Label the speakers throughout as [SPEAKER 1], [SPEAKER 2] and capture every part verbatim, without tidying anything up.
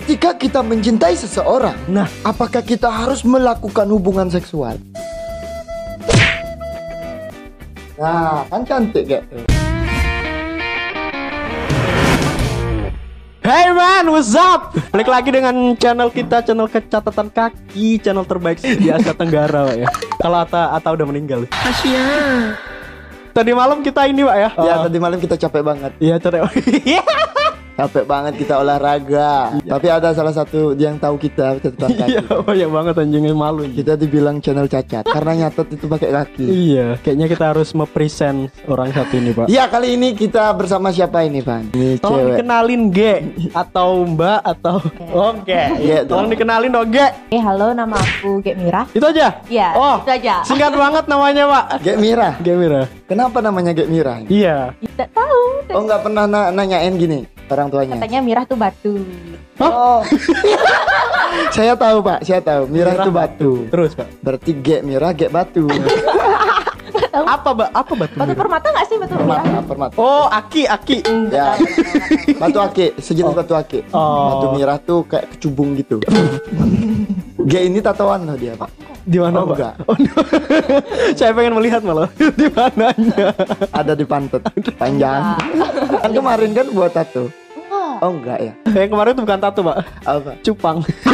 [SPEAKER 1] ketika kita mencintai seseorang,
[SPEAKER 2] Nah,
[SPEAKER 1] apakah kita harus melakukan hubungan seksual? Nah, kan cantik gak?
[SPEAKER 2] hey man, what's up? Balik lagi dengan channel kita, channel Catatan Kaki, channel terbaik di Asia Tenggara, Pak ya. Kalau Ata, Ata udah meninggal.
[SPEAKER 1] Kasian.
[SPEAKER 2] Tadi malam kita ini, Pak ya.
[SPEAKER 1] Ya,
[SPEAKER 2] Oh.
[SPEAKER 1] tadi malam kita capek banget.
[SPEAKER 2] Iya, capek.
[SPEAKER 1] Capek banget kita olahraga. Tapi ada salah satu yang tahu kita catatan kaki.
[SPEAKER 2] Iya, banyak banget anjingnya, malu.
[SPEAKER 1] Kita dibilang channel cacat karena nyatet itu pakai kaki.
[SPEAKER 2] Iya, kayaknya kita harus mempresent orang satu ini, Pak.
[SPEAKER 1] Iya, kali ini kita bersama siapa ini, Pan? Ini
[SPEAKER 2] Tolong
[SPEAKER 1] cewek.
[SPEAKER 2] dikenalin, Ge, atau Mbak, atau Oke.
[SPEAKER 1] Iya,
[SPEAKER 2] Tolong dikenalin dong, Ge.
[SPEAKER 3] Eh, halo, nama aku Gek Mira.
[SPEAKER 2] Itu aja?
[SPEAKER 3] Iya,
[SPEAKER 2] Oh,
[SPEAKER 3] itu aja.
[SPEAKER 2] singkat banget namanya, Pak.
[SPEAKER 1] Gek Mira.
[SPEAKER 2] Ge Mira.
[SPEAKER 1] Kenapa namanya Gek Mira?
[SPEAKER 2] Iya.
[SPEAKER 3] Tidak tahu.
[SPEAKER 1] Oh, nggak pernah na- nanyain gini orang tuanya.
[SPEAKER 3] Katanya Mirah tuh batu.
[SPEAKER 1] Oh. Saya tahu, Pak. Saya tahu. Mira
[SPEAKER 2] Mira
[SPEAKER 1] itu batu.
[SPEAKER 2] Terus, Pak.
[SPEAKER 1] Berarti Gek Mira, Gek batu.
[SPEAKER 2] Apa, Mbak? Apa batu?
[SPEAKER 3] Batu
[SPEAKER 2] Mira?
[SPEAKER 3] permata nggak sih batu Mirah?
[SPEAKER 1] Permata, permata.
[SPEAKER 2] Oh, aki, aki.
[SPEAKER 1] Ya. Batu ake, sejenis batu ake.
[SPEAKER 2] Oh.
[SPEAKER 1] Batu Mira tuh kayak kecubung gitu. Gek ini tatoan loh dia, Pak.
[SPEAKER 2] Di mana,
[SPEAKER 1] Oh,
[SPEAKER 2] Pak?
[SPEAKER 1] enggak.
[SPEAKER 2] Oh, no. Saya pengen melihat malah. Di mananya?
[SPEAKER 1] Ada di pantat panjang. Kan kemarin kan buat tato.
[SPEAKER 3] Enggak.
[SPEAKER 1] Oh, enggak ya?
[SPEAKER 2] Yang kemarin itu bukan tato, Pak.
[SPEAKER 1] Apa?
[SPEAKER 2] Cupang.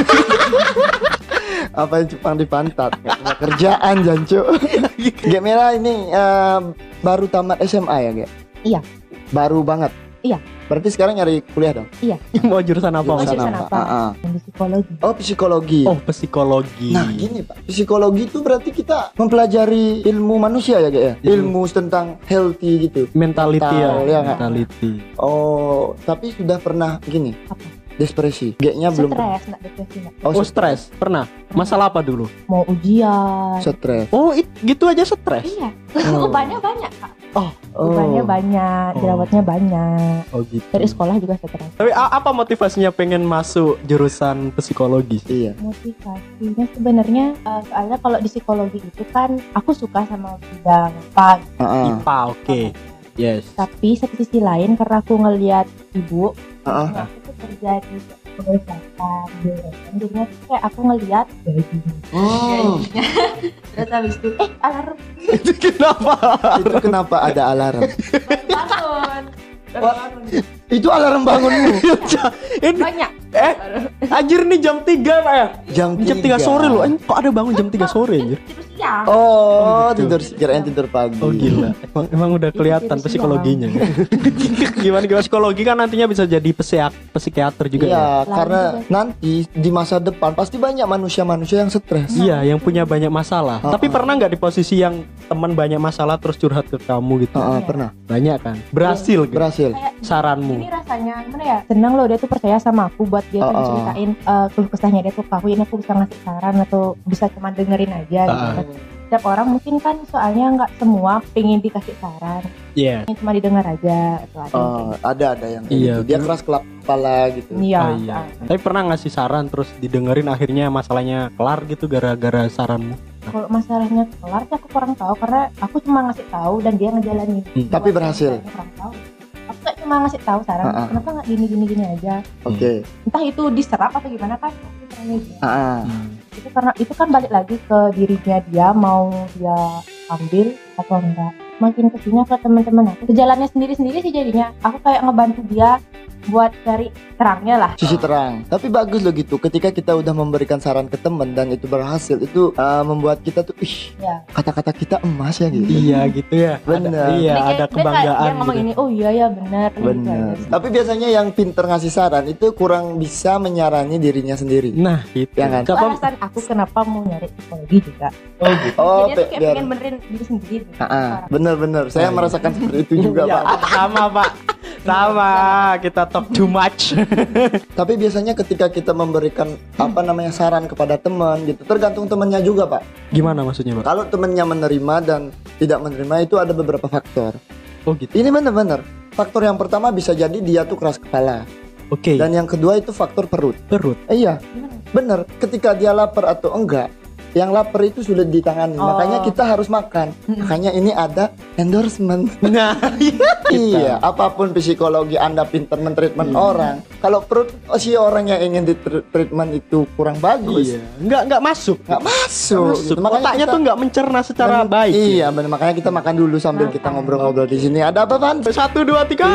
[SPEAKER 1] Apa yang cupang di pantat? Nggak punya kerjaan, Jancu. Gek Mira ini eh, baru tamat S M A ya, Gek?
[SPEAKER 3] Iya.
[SPEAKER 1] Baru banget.
[SPEAKER 3] Iya.
[SPEAKER 1] Berarti sekarang nyari kuliah dong?
[SPEAKER 3] Iya.
[SPEAKER 2] Mau jurusan apa,
[SPEAKER 3] Mau
[SPEAKER 2] Mas?
[SPEAKER 1] Jurusan
[SPEAKER 3] jurusan
[SPEAKER 1] apa?
[SPEAKER 3] apa?
[SPEAKER 1] Ah, ah.
[SPEAKER 3] Yang psikologi.
[SPEAKER 1] Oh, psikologi.
[SPEAKER 2] Oh, psikologi.
[SPEAKER 1] Nah, gini, Pak. Psikologi itu berarti kita mempelajari ilmu manusia ya, Gek ya? Ilmu tentang healthy gitu.
[SPEAKER 2] Mentality ya,
[SPEAKER 1] Mental, ya nggak?
[SPEAKER 2] mentality.
[SPEAKER 1] Oh, tapi sudah pernah gini,
[SPEAKER 3] Apa?
[SPEAKER 1] depresi. Geknya belum
[SPEAKER 3] Stres, nggak depresi nggak.
[SPEAKER 1] Oh,
[SPEAKER 2] Oh, stres. Pernah. Masalah apa dulu?
[SPEAKER 3] Mau ujian.
[SPEAKER 1] stres.
[SPEAKER 2] Oh, it, gitu aja stres.
[SPEAKER 3] Iya.
[SPEAKER 1] Oh.
[SPEAKER 3] Bebannya banyak, Kak.
[SPEAKER 2] Oh,
[SPEAKER 3] Bebannya banyak,
[SPEAKER 2] Oh.
[SPEAKER 3] jerawatnya banyak.
[SPEAKER 2] oh gitu.
[SPEAKER 3] Dari sekolah juga stres.
[SPEAKER 2] Tapi a- apa motivasinya pengen masuk jurusan psikologi?
[SPEAKER 1] Iya.
[SPEAKER 3] Motivasinya sebenarnya eh, soalnya kalau di psikologi itu kan aku suka sama bidang pag.
[SPEAKER 1] Heeh.
[SPEAKER 2] I P A, oke. Yes.
[SPEAKER 3] Tapi satu sisi lain karena aku ngelihat ibu,
[SPEAKER 1] Heeh.
[SPEAKER 3] aku tuh kerja di perusahaan bumn, jadinya tuh kayak aku ngelihat gajinya.
[SPEAKER 1] Hmm.
[SPEAKER 3] Terus habis itu, eh alarm
[SPEAKER 2] Itu kenapa?
[SPEAKER 1] Itu kenapa ada alarm?
[SPEAKER 3] bangun.
[SPEAKER 1] Wah. Itu alarm bangunmu.
[SPEAKER 2] Ini
[SPEAKER 3] Banyak.
[SPEAKER 2] eh anjir nih jam tiga, Pak ya?
[SPEAKER 1] Jam
[SPEAKER 2] Jam tiga sore loh. Eh, kok ada bangun jam tiga sore anjir?
[SPEAKER 3] Tidur siang.
[SPEAKER 1] Oh,
[SPEAKER 2] Oh, gitu.
[SPEAKER 1] tidur kirain tidur pagi.
[SPEAKER 2] Oh gila. Emang, emang udah kelihatan
[SPEAKER 3] Itu sih,
[SPEAKER 2] psikologinya. Gimana gimana psikologi kan nantinya bisa jadi psikiat psikiater juga
[SPEAKER 1] Iya,
[SPEAKER 2] ya.
[SPEAKER 1] karena
[SPEAKER 3] juga.
[SPEAKER 1] nanti di masa depan pasti banyak manusia-manusia yang stres.
[SPEAKER 2] Iya, yang punya banyak masalah.
[SPEAKER 1] Oh,
[SPEAKER 2] Tapi
[SPEAKER 1] oh.
[SPEAKER 2] pernah nggak di posisi yang teman banyak masalah terus curhat ke kamu gitu?
[SPEAKER 1] Heeh,
[SPEAKER 3] Iya.
[SPEAKER 1] pernah.
[SPEAKER 2] Banyak kan? Berhasil gitu.
[SPEAKER 1] Berhasil.
[SPEAKER 3] Kayak
[SPEAKER 2] Saranmu.
[SPEAKER 3] ini rasanya gimana ya? Senang loh dia tuh percaya sama aku buat dia tuh
[SPEAKER 1] Oh, oh.
[SPEAKER 3] ceritain eh, keluh kesahnya dia tuh ke aku, ini aku bisa ngasih saran atau bisa cuma dengerin aja gitu
[SPEAKER 2] Ah.
[SPEAKER 3] kan. Setiap orang mungkin kan soalnya nggak semua pengen dikasih saran,
[SPEAKER 2] Iya.
[SPEAKER 3] ini cuma didengar aja atau ada yang
[SPEAKER 1] Oh, ada ada yang kayak
[SPEAKER 2] Iya,
[SPEAKER 1] gitu. Dia
[SPEAKER 2] betul.
[SPEAKER 1] keras kepala gitu.
[SPEAKER 3] Iya.
[SPEAKER 2] Ah, iya. Tapi pernah ngasih saran terus didengerin akhirnya masalahnya kelar gitu gara-gara saranmu?
[SPEAKER 3] Kalau masalahnya kelar sih aku kurang tahu karena aku cuma ngasih tahu dan dia ngejalanin.
[SPEAKER 2] Hmm.
[SPEAKER 1] Tapi berhasil.
[SPEAKER 3] Aku kurang tahu. Aku nggak cuma ngasih tahu saran,
[SPEAKER 1] Ah, ah.
[SPEAKER 3] kenapa nggak gini gini gini aja.
[SPEAKER 1] Oke.
[SPEAKER 3] Entah itu diserap atau gimana kan. Aku kurang tahu.
[SPEAKER 1] Heeh.
[SPEAKER 3] Itu karena itu kan balik lagi ke dirinya dia mau dia ambil atau enggak. Makin kesini ke teman-teman aku, kejalannya sendiri-sendiri sih jadinya. Aku kayak ngebantu dia buat cari terangnya lah.
[SPEAKER 1] Sisi terang. Tapi bagus loh gitu. Ketika kita udah memberikan saran ke teman dan itu berhasil, itu uh, membuat kita tuh, ih,
[SPEAKER 3] Ya.
[SPEAKER 1] kata-kata kita emas ya gitu.
[SPEAKER 2] Iya gitu ya.
[SPEAKER 1] Bener.
[SPEAKER 2] Ada, iya,
[SPEAKER 3] Jadi kayak
[SPEAKER 2] ada
[SPEAKER 3] dia kayak-
[SPEAKER 2] kebanggaan
[SPEAKER 3] dia ngomong
[SPEAKER 2] gitu.
[SPEAKER 3] ini, oh iya ya benar. gitu
[SPEAKER 1] Bener.
[SPEAKER 3] aja sih.
[SPEAKER 1] Tapi biasanya yang pinter ngasih saran itu kurang bisa menyarani dirinya sendiri.
[SPEAKER 2] Nah, gitu.
[SPEAKER 1] Ya kan?
[SPEAKER 3] Itu
[SPEAKER 2] Siapa?
[SPEAKER 3] alasan aku kenapa mau nyari psikologi juga.
[SPEAKER 2] Oh, gitu.
[SPEAKER 1] Oh,
[SPEAKER 3] Jadi aku
[SPEAKER 1] pe-
[SPEAKER 3] kayak
[SPEAKER 1] biar.
[SPEAKER 3] pengen benerin diri sendiri. gitu.
[SPEAKER 1] Ah, ah. Bener-bener. Saya
[SPEAKER 2] Ah, iya.
[SPEAKER 1] merasakan seperti itu juga,
[SPEAKER 2] Iya,
[SPEAKER 1] Pak.
[SPEAKER 2] sama, Pak. Sama, kita talk too much.
[SPEAKER 1] Tapi biasanya ketika kita memberikan apa namanya saran kepada teman gitu, tergantung temannya juga, Pak.
[SPEAKER 2] Gimana maksudnya, Pak?
[SPEAKER 1] Kalau temannya menerima dan tidak menerima itu ada beberapa faktor.
[SPEAKER 2] Oh, gitu.
[SPEAKER 1] Ini bener-bener. Faktor yang pertama bisa jadi dia tuh keras kepala.
[SPEAKER 2] Oke.
[SPEAKER 1] Dan yang kedua itu faktor perut.
[SPEAKER 2] Perut.
[SPEAKER 1] Eh, iya,
[SPEAKER 3] Gimana?
[SPEAKER 1] bener. Ketika dia lapar atau enggak, yang lapar itu sulit ditangani.
[SPEAKER 3] Oh.
[SPEAKER 1] Makanya kita harus makan. Makanya ini ada endorsement.
[SPEAKER 2] Nah,
[SPEAKER 1] Iya, apapun psikologi Anda pintar mentreatment
[SPEAKER 2] Iya.
[SPEAKER 1] orang. Kalau perut oh, si orang yang ingin di treatment itu kurang bagus,
[SPEAKER 2] iya. Nggak nggak masuk.
[SPEAKER 1] nggak masuk.
[SPEAKER 2] Masuk.
[SPEAKER 1] Gitu. Makanya
[SPEAKER 2] Otaknya
[SPEAKER 1] kita-
[SPEAKER 2] tuh nggak mencerna secara
[SPEAKER 1] Men-
[SPEAKER 2] baik.
[SPEAKER 1] Iya, benar. Makanya kita makan dulu sambil kita ngobrol-ngobrol di sini. Ada apa, Pan?
[SPEAKER 2] Satu dua tiga.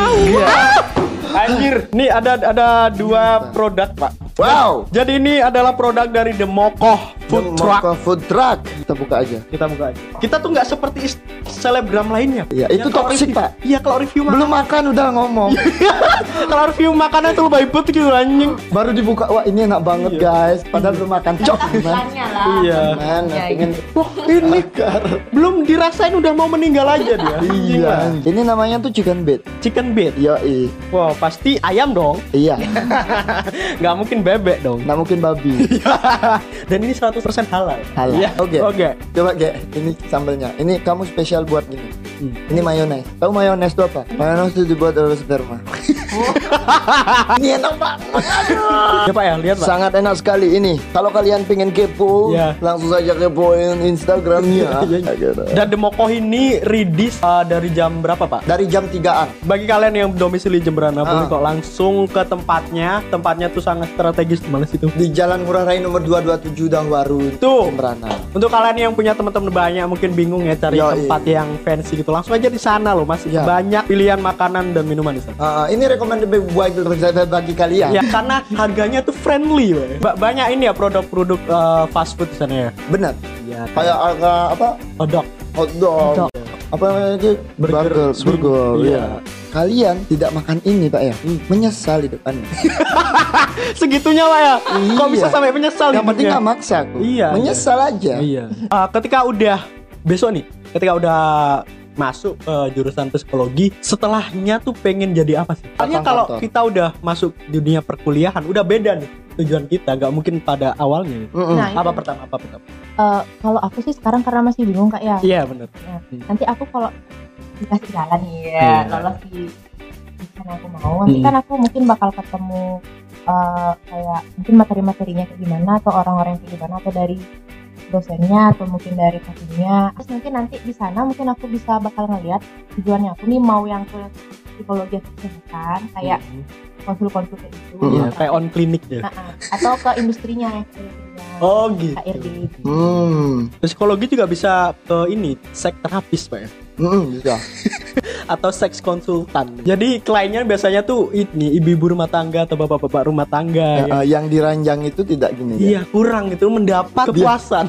[SPEAKER 2] Anjir. Nih ada ada dua produk, Pak.
[SPEAKER 1] Wow.
[SPEAKER 2] Jadi ini adalah produk dari The Mokoh Food Truck.
[SPEAKER 1] Moko Food Truck. Kita buka aja.
[SPEAKER 2] Kita buka aja. Kita tuh nggak seperti is- selebgram lainnya.
[SPEAKER 1] Iya, itu
[SPEAKER 2] Ya, kalau
[SPEAKER 1] toxic,
[SPEAKER 2] review-
[SPEAKER 1] Pak.
[SPEAKER 2] Iya, kalau review makanan.
[SPEAKER 1] Belum makan udah ngomong.
[SPEAKER 2] Kalau review makanan tuh lebih bet gitu anjing.
[SPEAKER 1] Baru dibuka, wah ini enak banget
[SPEAKER 2] Iya.
[SPEAKER 1] guys. Padahal belum makan. Cok.
[SPEAKER 3] Tampilannya lah.
[SPEAKER 2] Iya.
[SPEAKER 1] Mana
[SPEAKER 3] Ya,
[SPEAKER 1] pengen
[SPEAKER 2] Wah, ini belum dirasain udah mau meninggal aja dia. Anjing lah.
[SPEAKER 1] Iya. Ini namanya tuh chicken bed.
[SPEAKER 2] Chicken bed.
[SPEAKER 1] Yoi.
[SPEAKER 2] Wow, pasti ayam dong.
[SPEAKER 1] Iya.
[SPEAKER 2] Nggak mungkin bebek dong.
[SPEAKER 1] Nggak mungkin babi.
[SPEAKER 2] Dan ini seratus persen halal.
[SPEAKER 1] Halal.
[SPEAKER 2] Iya.
[SPEAKER 1] Oke.
[SPEAKER 2] Oke.
[SPEAKER 1] Coba Ge, ini sambelnya. Ini kamu spesial buat gini.
[SPEAKER 2] Hmm.
[SPEAKER 1] Ini mayones. Tahu mayones itu apa? Mayones itu dibuat dari sperma. Ini enak banget.
[SPEAKER 2] Ya Pak ya, lihat Pak.
[SPEAKER 1] Sangat enak sekali ini. Kalau kalian pengen kepo,
[SPEAKER 2] Iya.
[SPEAKER 1] langsung saja kepoin Instagramnya.
[SPEAKER 2] Iya, iya. Dan The Mokoh ini rilis uh, dari jam berapa Pak?
[SPEAKER 1] Dari jam tigaan.
[SPEAKER 2] Bagi kalian yang domisili Jemberana, boleh
[SPEAKER 1] Ah.
[SPEAKER 2] kok langsung ke tempatnya. Tempatnya tuh sangat strategis. Mana situ?
[SPEAKER 1] Di Jalan Ngurah Rai nomor dua dua tujuh Dahwaru,
[SPEAKER 2] Tuh.
[SPEAKER 1] Jemberana.
[SPEAKER 2] Untuk kalian yang punya teman-teman banyak mungkin bingung ya cari
[SPEAKER 1] Yoi.
[SPEAKER 2] tempat yang fancy gitu, langsung aja di sana loh, masih
[SPEAKER 1] Ya.
[SPEAKER 2] banyak pilihan makanan dan minuman di sana.
[SPEAKER 1] Ah, ini recommended buat bagi kalian.
[SPEAKER 2] Ya karena harganya tuh friendly, weh. Ba- banyak ini ya produk-produk uh, fast food di sana ya.
[SPEAKER 1] Benar.
[SPEAKER 2] Ya,
[SPEAKER 1] Kayak agak apa?
[SPEAKER 2] hotdog.
[SPEAKER 1] Hotdog.
[SPEAKER 3] Hotdog.
[SPEAKER 1] Apa namanya itu?
[SPEAKER 2] Burger,
[SPEAKER 1] Burger.
[SPEAKER 2] swing.
[SPEAKER 1] Burger.
[SPEAKER 2] Iya.
[SPEAKER 1] Iya. Kalian tidak makan ini Pak ya? Menyesal di depannya.
[SPEAKER 2] Segitunya Pak ya. Kok
[SPEAKER 1] Iya.
[SPEAKER 2] bisa sampai menyesal
[SPEAKER 1] Yang penting
[SPEAKER 2] hidupnya?
[SPEAKER 1] nggak maksa aku.
[SPEAKER 2] Iya.
[SPEAKER 1] Menyesal aja.
[SPEAKER 2] Iya. Ah, ketika udah besok nih, ketika udah masuk ke jurusan psikologi, setelahnya tuh pengen jadi apa sih? Soalnya
[SPEAKER 1] Lapang
[SPEAKER 2] kalau
[SPEAKER 1] kantor.
[SPEAKER 2] kita udah masuk di dunia perkuliahan, udah beda nih tujuan kita, nggak mungkin pada awalnya.
[SPEAKER 1] Mm-mm.
[SPEAKER 3] Nah,
[SPEAKER 2] Apa
[SPEAKER 3] itu.
[SPEAKER 2] pertama? Apa pertama?
[SPEAKER 3] Eh, kalau aku sih sekarang karena masih bingung Kak ya.
[SPEAKER 2] Iya benar.
[SPEAKER 3] Nah, nanti aku kalau dikasih jalan nih ya,
[SPEAKER 2] Iya.
[SPEAKER 3] lolos di jurusan yang aku mau, nanti
[SPEAKER 2] Hmm.
[SPEAKER 3] kan aku mungkin bakal ketemu eh, kayak mungkin materi-materinya kayak gimana, atau orang-orang yang kayak gimana, atau dari dosennya, atau mungkin dari kasihnya. Terus mungkin nanti di sana mungkin aku bisa bakal ngeliat tujuannya aku nih mau yang ke psikologi atau kesehatan, kayak konsul-konsul kayak gitu.
[SPEAKER 2] Iya,
[SPEAKER 3] atau-
[SPEAKER 2] kayak on klinik ya.
[SPEAKER 3] Nah, ah, atau ke industrinya yang ke industrinya,
[SPEAKER 2] Oh gitu.
[SPEAKER 3] K R D gitu.
[SPEAKER 1] Hmm.
[SPEAKER 2] Psikologi juga bisa ke ini, seks terapis Pak ya.
[SPEAKER 1] Mm-mm, bisa.
[SPEAKER 2] Atau seks konsultan. Jadi kliennya biasanya tuh ini ibu-ibu rumah tangga atau bapak-bapak rumah tangga.
[SPEAKER 1] Ya,
[SPEAKER 2] ya.
[SPEAKER 1] eh, yang diranjang itu tidak gini.
[SPEAKER 2] Iya, kurang itu mendapat kepuasan.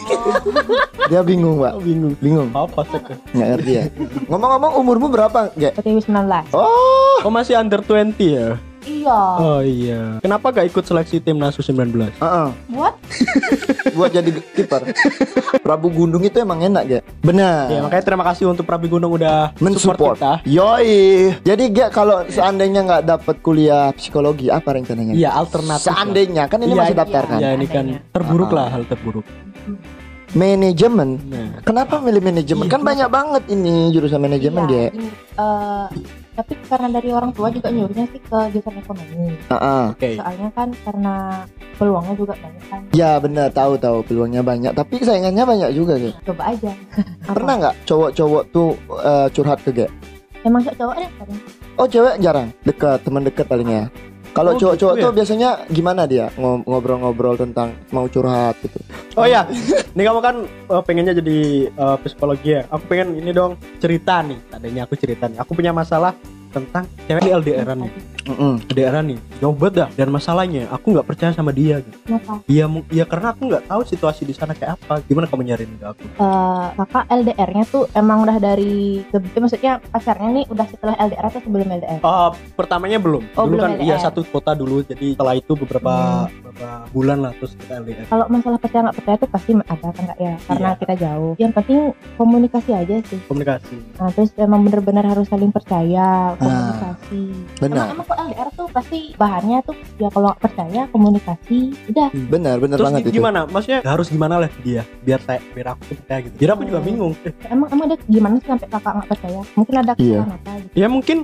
[SPEAKER 1] Dia bingung, Pak.
[SPEAKER 2] Oh, bingung.
[SPEAKER 1] Bingung.
[SPEAKER 2] Apa seks?
[SPEAKER 1] Nggak ngerti ya. Ngomong-ngomong umurmu berapa, Ge?
[SPEAKER 3] P T W sembilan belas.
[SPEAKER 1] Oh,
[SPEAKER 2] Oh, masih under dua puluh ya?
[SPEAKER 3] Iya.
[SPEAKER 2] Oh iya. Kenapa gak ikut seleksi timnas U sembilan belas?
[SPEAKER 1] heeh.
[SPEAKER 3] Buat
[SPEAKER 1] Buat jadi kiper. Prabu Gundung itu emang enak, Ge. Benar.
[SPEAKER 2] Ya, makanya terima kasih untuk Prabi Gunung udah
[SPEAKER 1] Mensupport.
[SPEAKER 2] support kita.
[SPEAKER 1] Yoi. Jadi Ge, kalau seandainya nggak dapat kuliah psikologi, apa rencananya?
[SPEAKER 2] Iya, alternatif.
[SPEAKER 1] Seandainya kan ini
[SPEAKER 2] Iya,
[SPEAKER 1] masih
[SPEAKER 2] iya.
[SPEAKER 1] daftar kan?
[SPEAKER 2] Ya, ini kan
[SPEAKER 3] Seandainya.
[SPEAKER 2] terburuk
[SPEAKER 1] Ah.
[SPEAKER 2] lah, hal terburuk.
[SPEAKER 1] Manajemen.
[SPEAKER 2] Nah.
[SPEAKER 1] Kenapa milih manajemen?
[SPEAKER 2] Iya,
[SPEAKER 1] Kan banyak banget ini jurusan manajemen,
[SPEAKER 3] iya,
[SPEAKER 1] Ge.
[SPEAKER 3] ini, eh, tapi karena dari orang tua juga nyuruhnya sih ke jurusan ekonomi.
[SPEAKER 1] Heeh.
[SPEAKER 2] Oke.
[SPEAKER 3] Soalnya kan karena peluangnya juga banyak kan.
[SPEAKER 1] Ya benar, tahu-tahu peluangnya banyak, tapi saingannya banyak juga, Ge.
[SPEAKER 3] Coba aja.
[SPEAKER 1] Pernah nggak cowok-cowok tuh eh, curhat ke Ge?
[SPEAKER 3] Emang cowok deh kadang.
[SPEAKER 1] Oh, cewek jarang, dekat, teman dekat paling ya. Kalau
[SPEAKER 2] Oh,
[SPEAKER 1] cowok-cowok
[SPEAKER 2] gitu
[SPEAKER 1] tuh
[SPEAKER 2] ya?
[SPEAKER 1] biasanya gimana dia Ngo- ngobrol-ngobrol tentang mau curhat gitu.
[SPEAKER 2] Oh ya, nih kamu kan uh, pengennya jadi uh, psikologi ya. Aku pengen ini dong cerita nih. Tadinya aku cerita nih. Aku punya masalah tentang cewek ini L D R-an nih.
[SPEAKER 1] Mm-mm.
[SPEAKER 2] L D R-an nih. Jauh banget dah. Dan masalahnya aku nggak percaya sama dia. Gitu.
[SPEAKER 3] Kenapa?
[SPEAKER 2] Iya, mu- ya karena aku nggak tahu situasi di sana kayak apa. Gimana kamu nyariin ke aku?
[SPEAKER 3] Eh, kakak L D R-nya tuh emang udah dari eh, maksudnya pacarnya nih udah setelah L D R atau sebelum L D R?
[SPEAKER 2] Uh, pertamanya belum.
[SPEAKER 3] Oh,
[SPEAKER 2] dulu
[SPEAKER 3] belum
[SPEAKER 2] kan
[SPEAKER 3] L D R.
[SPEAKER 2] iya satu kota dulu. Jadi setelah itu beberapa,
[SPEAKER 3] Hmm.
[SPEAKER 2] beberapa bulan lah terus kita L D R.
[SPEAKER 3] Kalau masalah percaya nggak percaya tuh pasti ada kan nggak ya? Karena
[SPEAKER 2] Iya.
[SPEAKER 3] kita jauh. Yang penting komunikasi aja sih.
[SPEAKER 2] Komunikasi.
[SPEAKER 3] Nah, terus emang bener-bener harus saling percaya, komunikasi.
[SPEAKER 1] Benar.
[SPEAKER 3] Emang, emang kok L D R tuh pasti bahannya tuh ya kalau nggak percaya komunikasi, udah.
[SPEAKER 1] Benar, benar
[SPEAKER 2] Terus
[SPEAKER 1] banget
[SPEAKER 2] gi-
[SPEAKER 1] itu.
[SPEAKER 2] gimana? Maksudnya harus gimana lah dia biar saya biar aku tuh percaya gitu. Jadi aku juga
[SPEAKER 3] Hmm.
[SPEAKER 2] bingung. Eh,
[SPEAKER 3] Emang emang ada gimana sih sampai kakak nggak percaya? Mungkin ada
[SPEAKER 1] Iya.
[SPEAKER 3] kesalahan apa gitu?
[SPEAKER 2] ya mungkin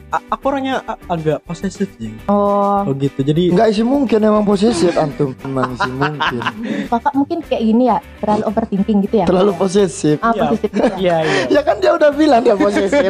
[SPEAKER 2] a- aku orangnya a- agak posesif sih.
[SPEAKER 3] Oh,
[SPEAKER 2] Oh gitu. Jadi
[SPEAKER 1] Enggak sih mungkin emang posesif antum. Emang sih mungkin.
[SPEAKER 3] kakak mungkin kayak gini ya, terlalu overthinking gitu ya.
[SPEAKER 1] Terlalu posesif.
[SPEAKER 3] Ah,
[SPEAKER 2] Iya.
[SPEAKER 3] posesif gitu ya.
[SPEAKER 2] iya iya.
[SPEAKER 1] Ya kan dia udah bilang dia posesif.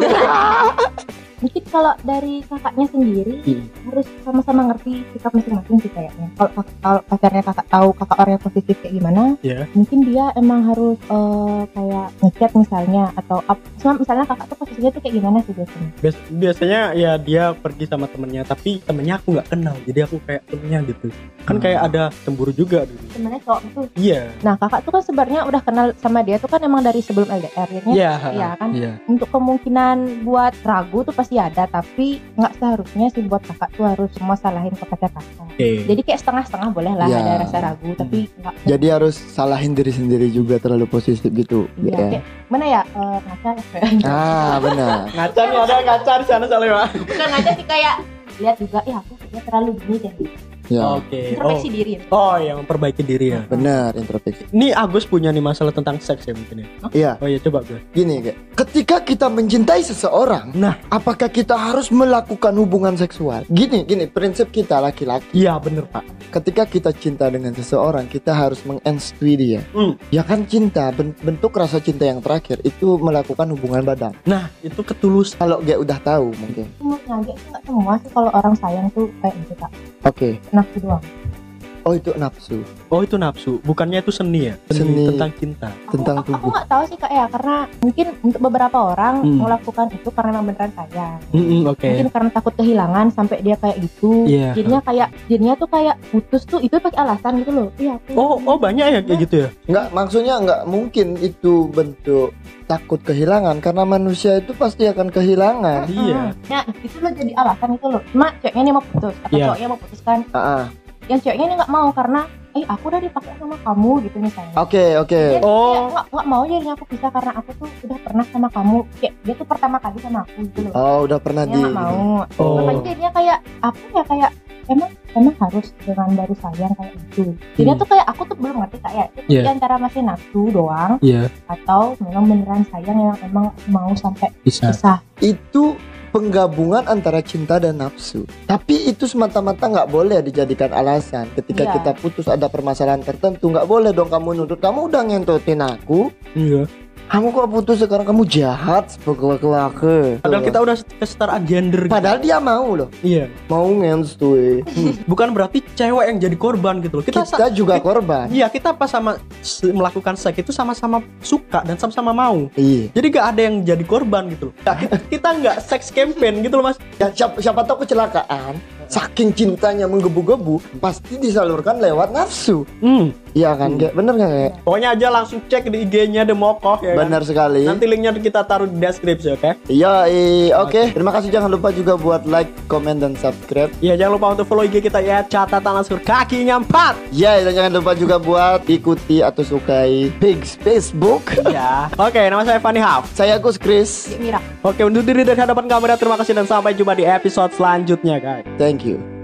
[SPEAKER 3] Mungkin kalau dari kakaknya sendiri
[SPEAKER 2] Hmm.
[SPEAKER 3] harus sama-sama ngerti sikap masing-masing sih kayaknya. Kalau kak- kalau pacarnya kakak tahu kakak orang yang positif kayak gimana,
[SPEAKER 2] Iya.
[SPEAKER 3] mungkin dia emang harus eh, kayak ngechat misalnya atau up, misalnya kakak tuh posisinya tuh kayak gimana sih biasanya?
[SPEAKER 2] Bias- biasanya ya dia pergi sama temennya, tapi temennya aku nggak kenal, jadi aku kayak temennya gitu. Kan
[SPEAKER 1] Hmm.
[SPEAKER 2] kayak ada cemburu juga dulu.
[SPEAKER 3] Sebenarnya cowok itu.
[SPEAKER 2] Iya.
[SPEAKER 3] Nah kakak tuh kan sebenarnya udah kenal sama dia tuh kan emang dari sebelum L D R ya.
[SPEAKER 2] Iya.
[SPEAKER 3] Iya kan?
[SPEAKER 2] Iya.
[SPEAKER 3] Untuk kemungkinan buat ragu tuh pasti ada, tapi nggak seharusnya sih buat kakak tuh harus semua salahin ke pacar kakak.
[SPEAKER 2] Oke.
[SPEAKER 3] Jadi kayak setengah-setengah boleh lah
[SPEAKER 1] Ya.
[SPEAKER 3] ada rasa ragu, tapi nggak.
[SPEAKER 1] Jadi harus salahin diri sendiri juga terlalu posesif gitu.
[SPEAKER 3] Iya,
[SPEAKER 1] Ya.
[SPEAKER 3] kayak mana ya eh, ngaca ya?
[SPEAKER 1] Ah, benar.
[SPEAKER 2] Ngaca nih, ada ngaca di sana soalnya.
[SPEAKER 3] Bukan ngaca sih, kayak lihat juga ya aku dia terlalu gini deh.
[SPEAKER 1] Ya.
[SPEAKER 2] Oke. Oh.
[SPEAKER 3] Introspeksi diri.
[SPEAKER 2] Oh, yang memperbaiki diri ya.
[SPEAKER 1] Benar, introspeksi.
[SPEAKER 2] Ini Agus punya nih masalah tentang seks ya mungkin ya.
[SPEAKER 1] Iya,
[SPEAKER 2] Oh iya, coba gue.
[SPEAKER 1] gini kayak ketika kita mencintai seseorang,
[SPEAKER 2] Nah,
[SPEAKER 1] apakah kita harus melakukan hubungan seksual? Gini, gini, prinsip kita laki-laki.
[SPEAKER 2] iya bener Pak.
[SPEAKER 1] Ketika kita cinta dengan seseorang, kita harus menginstui dia.
[SPEAKER 2] Hmm.
[SPEAKER 1] Ya kan cinta, ben- bentuk rasa cinta yang terakhir itu melakukan hubungan badan.
[SPEAKER 2] Nah, itu ketulus.
[SPEAKER 1] Kalau dia udah tahu mungkin.
[SPEAKER 3] Menurutnya aja nggak semua sih kalau orang sayang tuh kayak gitu kak,
[SPEAKER 1] Oke.
[SPEAKER 3] nafsu doang.
[SPEAKER 1] Oh itu nafsu
[SPEAKER 2] Oh itu nafsu, bukannya itu seni ya?
[SPEAKER 1] Seni.
[SPEAKER 2] tentang cinta.
[SPEAKER 1] tentang
[SPEAKER 3] aku, aku
[SPEAKER 1] tubuh.
[SPEAKER 3] nggak tahu sih kak ya, karena mungkin untuk beberapa orang
[SPEAKER 2] Hmm.
[SPEAKER 3] melakukan itu karena memang beneran sayang.
[SPEAKER 2] Mm-mm, Oke.
[SPEAKER 3] Mungkin karena takut kehilangan sampai dia kayak gitu.
[SPEAKER 2] Iya.
[SPEAKER 3] Jadinya kayak jadinya tuh kayak putus tuh itu pakai alasan gitu loh. Iya. aku-
[SPEAKER 2] Oh, oh banyak ya kayak gitu ya?
[SPEAKER 1] Nggak, maksudnya nggak mungkin itu bentuk takut kehilangan karena manusia itu pasti akan kehilangan.
[SPEAKER 2] Iya.
[SPEAKER 3] Nah itu loh jadi alasan itu loh. Cuma ceweknya ini mau putus atau
[SPEAKER 2] Iya.
[SPEAKER 3] cowoknya mau putus kan.
[SPEAKER 1] Ah, ah.
[SPEAKER 3] Yang ceweknya ini nggak mau karena eh aku udah dipakai sama kamu gitu misalnya.
[SPEAKER 1] Oke oke.
[SPEAKER 3] Dia
[SPEAKER 2] Oh.
[SPEAKER 3] kayak nggak nggak mau jadinya aku bisa karena aku tuh udah pernah sama kamu. Kayak dia tuh pertama kali sama aku gitu loh.
[SPEAKER 1] Oh udah pernah
[SPEAKER 3] Dia
[SPEAKER 1] di.
[SPEAKER 3] nggak mau.
[SPEAKER 2] Oh.
[SPEAKER 3] Makanya jadinya kayak apa ya, kayak emang emang harus dengan baru sayang kayak gitu. Jadinya
[SPEAKER 2] Hmm.
[SPEAKER 3] tuh kayak aku tuh belum ngerti kayak itu
[SPEAKER 2] Iya.
[SPEAKER 3] di antara masih nafsu doang
[SPEAKER 2] Iya,
[SPEAKER 3] atau memang beneran sayang yang emang mau sampai
[SPEAKER 2] bisa.
[SPEAKER 3] pisah.
[SPEAKER 1] Itu penggabungan antara cinta dan nafsu. Tapi itu semata-mata nggak boleh dijadikan alasan. Ketika
[SPEAKER 3] Iya.
[SPEAKER 1] kita putus ada permasalahan tertentu, nggak boleh dong kamu nuntut. Kamu udah ngentotin aku,
[SPEAKER 2] Iya.
[SPEAKER 1] kamu kok putus sekarang, kamu jahat sebagai laki.
[SPEAKER 2] Padahal kita udah kesetaraan gender. gitu.
[SPEAKER 1] Padahal dia mau loh,
[SPEAKER 2] Iya.
[SPEAKER 1] mau ngenstui.
[SPEAKER 2] Bukan berarti cewek yang jadi korban gitu loh. Kita,
[SPEAKER 1] Kita
[SPEAKER 2] sa-
[SPEAKER 1] juga
[SPEAKER 2] kita-
[SPEAKER 1] korban.
[SPEAKER 2] Iya, kita pas sama s- melakukan seks itu sama-sama suka dan sama-sama mau.
[SPEAKER 1] Iya.
[SPEAKER 2] Jadi gak ada yang jadi korban gitu loh. Nah, kita, kita nggak seks campaign gitu loh mas.
[SPEAKER 1] Ya, siapa, siapa tahu kecelakaan, saking cintanya menggebu-gebu, pasti disalurkan lewat nafsu.
[SPEAKER 2] Hmm.
[SPEAKER 1] Iya kan, kayak bener nggak kayak?
[SPEAKER 2] Pokoknya aja langsung cek di I G-nya Demokoh ya kan?
[SPEAKER 1] Benar sekali.
[SPEAKER 2] Nanti linknya kita taruh di deskripsi, oke?
[SPEAKER 1] Iya, iya, oke. Terima kasih, jangan lupa juga buat like, comment, dan subscribe.
[SPEAKER 2] Iya, jangan lupa untuk follow I G kita ya, catatan langsung kakinya empat.
[SPEAKER 1] Ya, dan jangan lupa juga buat ikuti atau sukai Pigs Facebook.
[SPEAKER 2] Ya. Oke, nama saya Fanny Haf.
[SPEAKER 1] Saya Gus Chris.
[SPEAKER 3] Mira.
[SPEAKER 2] Oke, undur diri dari hadapan kamera. Terima kasih dan sampai jumpa di episode selanjutnya, guys.
[SPEAKER 1] Thank you.